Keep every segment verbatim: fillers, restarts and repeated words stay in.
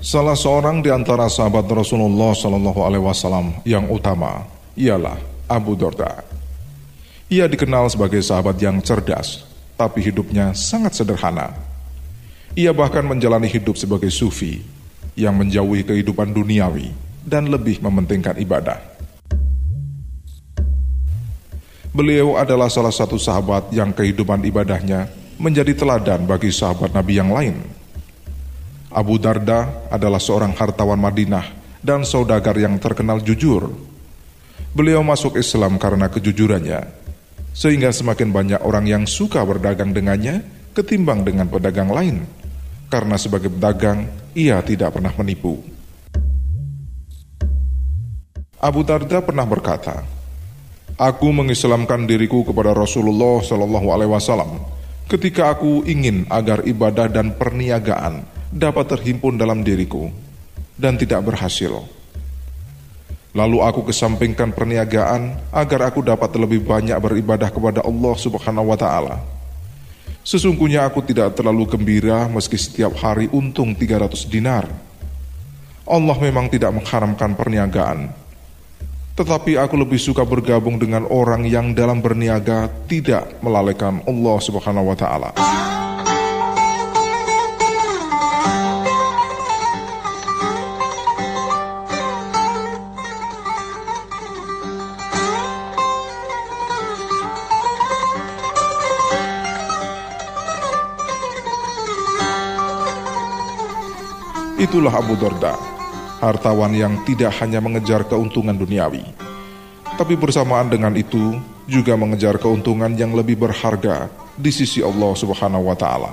Salah seorang di antara sahabat Rasulullah Shallallahu Alaihi Wasallam yang utama ialah Abu Darda. Ia dikenal sebagai sahabat yang cerdas, tapi hidupnya sangat sederhana. Ia bahkan menjalani hidup sebagai sufi yang menjauhi kehidupan duniawi dan lebih mementingkan ibadah. Beliau adalah salah satu sahabat yang kehidupan ibadahnya menjadi teladan bagi sahabat Nabi yang lain. Abu Darda adalah seorang hartawan Madinah dan saudagar yang terkenal jujur. Beliau masuk Islam karena kejujurannya, sehingga semakin banyak orang yang suka berdagang dengannya ketimbang dengan pedagang lain, karena sebagai pedagang ia tidak pernah menipu. Abu Darda pernah berkata, "Aku mengislamkan diriku kepada Rasulullah Shallallahu Alaihi Wasallam ketika aku ingin agar ibadah dan perniagaan dapat terhimpun dalam diriku dan tidak berhasil. Lalu aku kesampingkan perniagaan agar aku dapat lebih banyak beribadah kepada Allah Subhanahu wa Ta'ala. Sesungguhnya aku tidak terlalu gembira meski setiap hari untung tiga ratus dinar. Allah memang tidak mengharamkan perniagaan, tetapi aku lebih suka bergabung dengan orang yang dalam berniaga tidak melalaikan Allah Subhanahu wa Ta'ala." Itulah Abu Darda, hartawan yang tidak hanya mengejar keuntungan duniawi, tapi bersamaan dengan itu juga mengejar keuntungan yang lebih berharga di sisi Allah Subhanahu wa Ta'ala.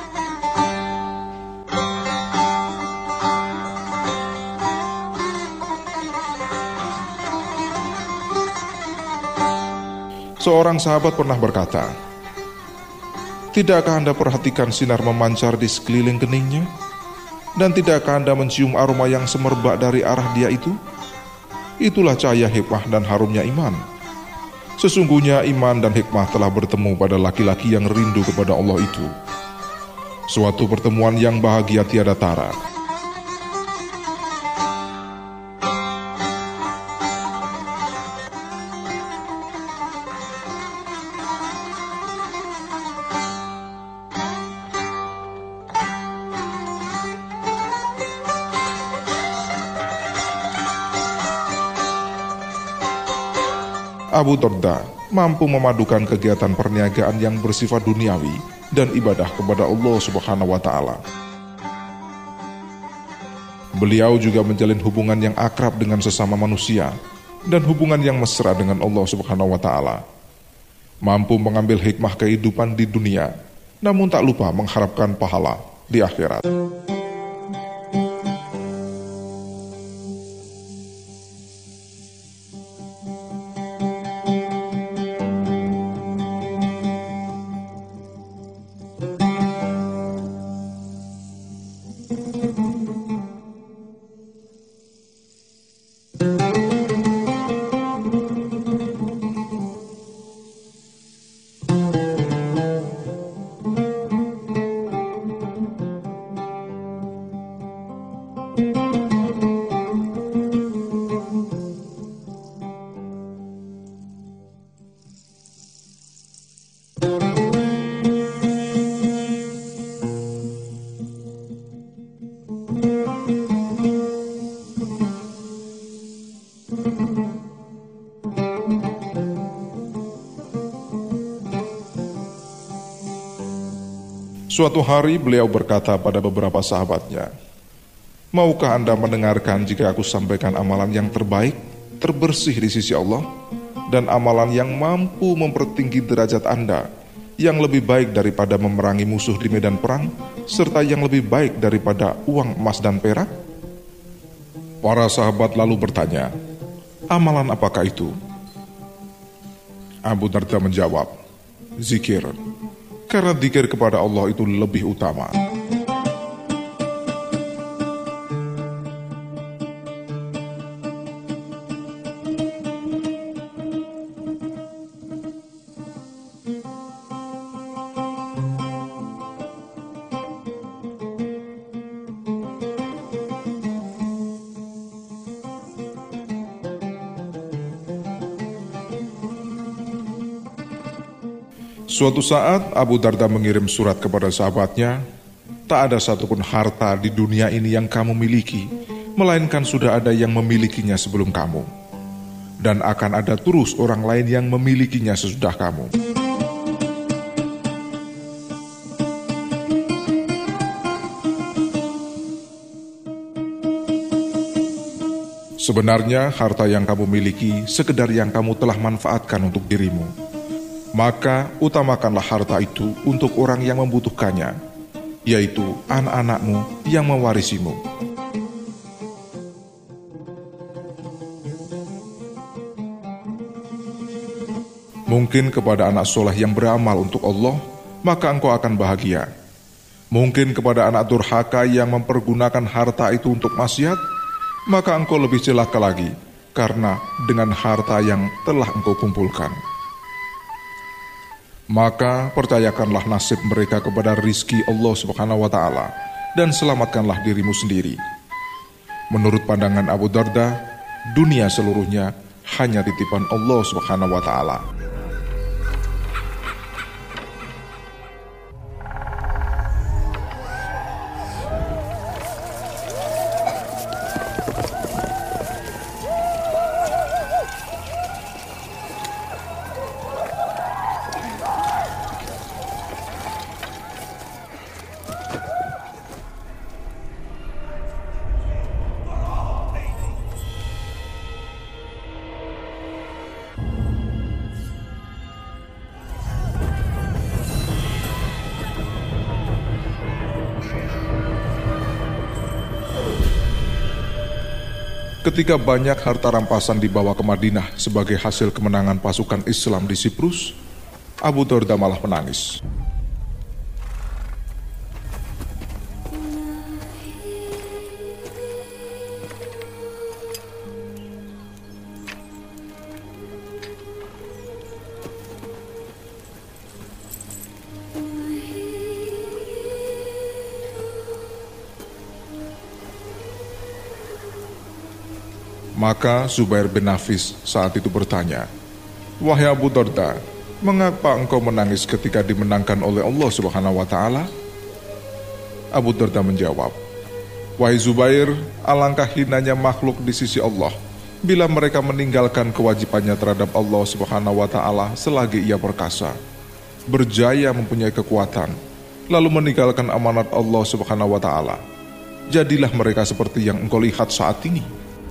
Seorang sahabat pernah berkata, "Tidakkah Anda perhatikan sinar memancar di sekeliling keningnya? Dan tidakkah Anda mencium aroma yang semerbak dari arah dia itu? Itulah cahaya hikmah dan harumnya iman. Sesungguhnya iman dan hikmah telah bertemu pada laki-laki yang rindu kepada Allah itu. Suatu pertemuan yang bahagia tiada tara." Abu Darda mampu memadukan kegiatan perniagaan yang bersifat duniawi dan ibadah kepada Allah Subhanahu wa Ta'ala. Beliau juga menjalin hubungan yang akrab dengan sesama manusia dan hubungan yang mesra dengan Allah Subhanahu wa Ta'ala. Mampu mengambil hikmah kehidupan di dunia, namun tak lupa mengharapkan pahala di akhirat. Suatu hari beliau berkata pada beberapa sahabatnya, "Maukah Anda mendengarkan jika aku sampaikan amalan yang terbaik, terbersih di sisi Allah, dan amalan yang mampu mempertinggi derajat Anda, yang lebih baik daripada memerangi musuh di medan perang, serta yang lebih baik daripada uang emas dan perak?" Para sahabat lalu bertanya, "Amalan apakah itu?" Abu Darda menjawab, "Zikir, karena zikir kepada Allah itu lebih utama." Suatu saat Abu Darda mengirim surat kepada sahabatnya, "Tak ada satupun harta di dunia ini yang kamu miliki, melainkan sudah ada yang memilikinya sebelum kamu. Dan akan ada terus orang lain yang memilikinya sesudah kamu." Sebenarnya harta yang kamu miliki sekedar yang kamu telah manfaatkan untuk dirimu. Maka utamakanlah harta itu untuk orang yang membutuhkannya, yaitu anak-anakmu yang mewarisimu. Mungkin kepada anak soleh yang beramal untuk Allah, maka engkau akan bahagia. Mungkin kepada anak durhaka yang mempergunakan harta itu untuk maksiat, maka engkau lebih celaka lagi, karena dengan harta yang telah engkau kumpulkan. Maka percayakanlah nasib mereka kepada rizki Allah Subhanahu wa Ta'ala, dan selamatkanlah dirimu sendiri. Menurut pandangan Abu Darda, dunia seluruhnya hanya titipan Allah Subhanahu wa Ta'ala. Ketika banyak harta rampasan dibawa ke Madinah sebagai hasil kemenangan pasukan Islam di Siprus, Abu Darda malah menangis. Maka Zubair bin Nafis saat itu bertanya, "Wahai Abu Darda, mengapa engkau menangis ketika dimenangkan oleh Allah Subhanahu wa Ta'ala?" Abu Darda menjawab, "Wahai Zubair, alangkah hinanya makhluk di sisi Allah bila mereka meninggalkan kewajibannya terhadap Allah Subhanahu wa Ta'ala selagi ia perkasa, berjaya mempunyai kekuatan, lalu meninggalkan amanat Allah Subhanahu wa Ta'ala. Jadilah mereka seperti yang engkau lihat saat ini."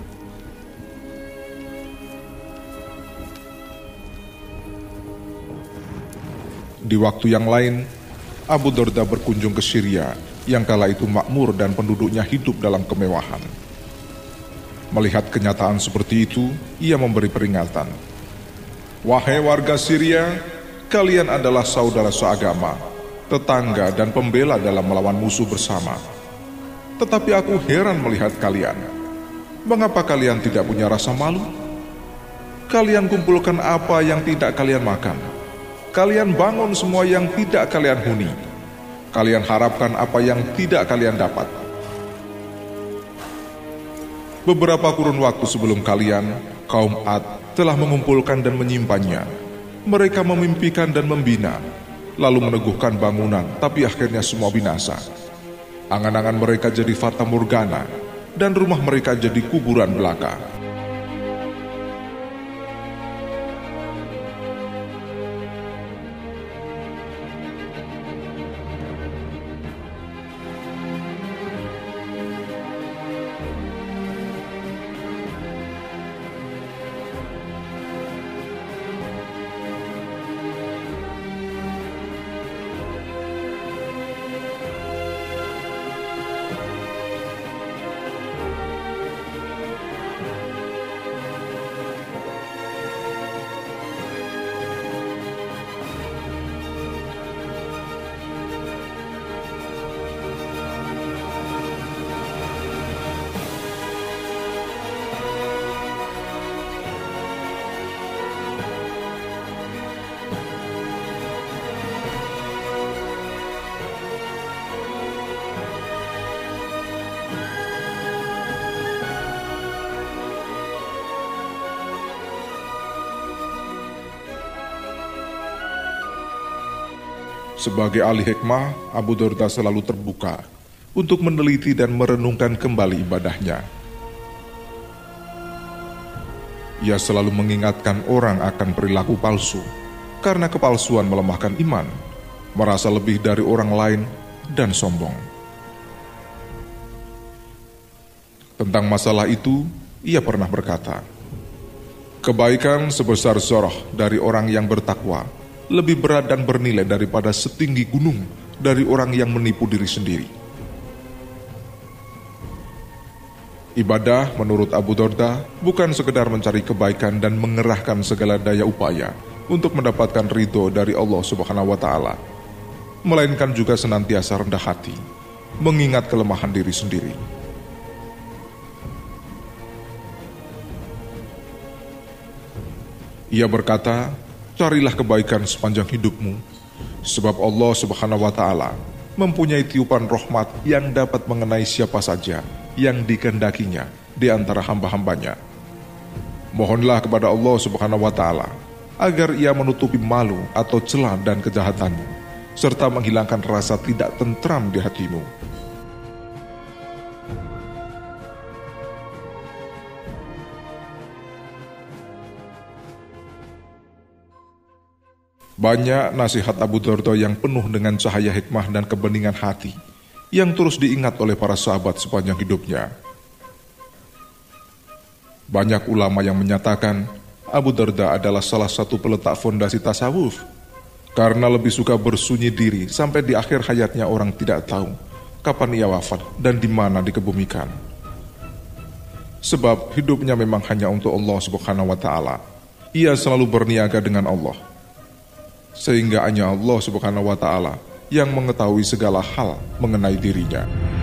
Di waktu yang lain, Abu Darda berkunjung ke Syria yang kala itu makmur dan penduduknya hidup dalam kemewahan. Melihat kenyataan seperti itu, ia memberi peringatan. "Wahai warga Syria, kalian adalah saudara seagama, tetangga dan pembela dalam melawan musuh bersama. Tetapi aku heran melihat kalian. Mengapa kalian tidak punya rasa malu? Kalian kumpulkan apa yang tidak kalian makan. Kalian bangun semua yang tidak kalian huni. Kalian harapkan apa yang tidak kalian dapat. Beberapa kurun waktu sebelum kalian, kaum Ad telah mengumpulkan dan menyimpannya. Mereka memimpikan dan membina, lalu meneguhkan bangunan, tapi akhirnya semua binasa. Angan-angan mereka jadi fata morgana, dan rumah mereka jadi kuburan belaka." Sebagai ahli hikmah, Abu Darda selalu terbuka untuk meneliti dan merenungkan kembali ibadahnya. Ia selalu mengingatkan orang akan perilaku palsu, karena kepalsuan melemahkan iman, merasa lebih dari orang lain, dan sombong. Tentang masalah itu, ia pernah berkata, "Kebaikan sebesar Zorah dari orang yang bertakwa lebih berat dan bernilai daripada setinggi gunung dari orang yang menipu diri sendiri." Ibadah menurut Abu Darda bukan sekedar mencari kebaikan dan mengerahkan segala daya upaya untuk mendapatkan ridho dari Allah Subhanahu wa Ta'ala, melainkan juga senantiasa rendah hati, mengingat kelemahan diri sendiri. Ia berkata, "Carilah kebaikan sepanjang hidupmu, sebab Allah Subhanahu wa Ta'ala mempunyai tiupan rahmat yang dapat mengenai siapa saja yang dikehendakinya di antara hamba-hambanya. Mohonlah kepada Allah Subhanahu wa Ta'ala agar ia menutupi malu atau celah dan kejahatanmu, serta menghilangkan rasa tidak tentram di hatimu." Banyak nasihat Abu Darda yang penuh dengan cahaya hikmah dan kebeningan hati yang terus diingat oleh para sahabat sepanjang hidupnya. Banyak ulama yang menyatakan Abu Darda adalah salah satu peletak fondasi tasawuf, karena lebih suka bersunyi diri sampai di akhir hayatnya orang tidak tahu kapan ia wafat dan di mana dikebumikan. Sebab hidupnya memang hanya untuk Allah Subhanahu wa Ta'ala. Ia selalu berniaga dengan Allah, sehingga hanya Allah Subhanahu wa Ta'ala yang mengetahui segala hal mengenai dirinya.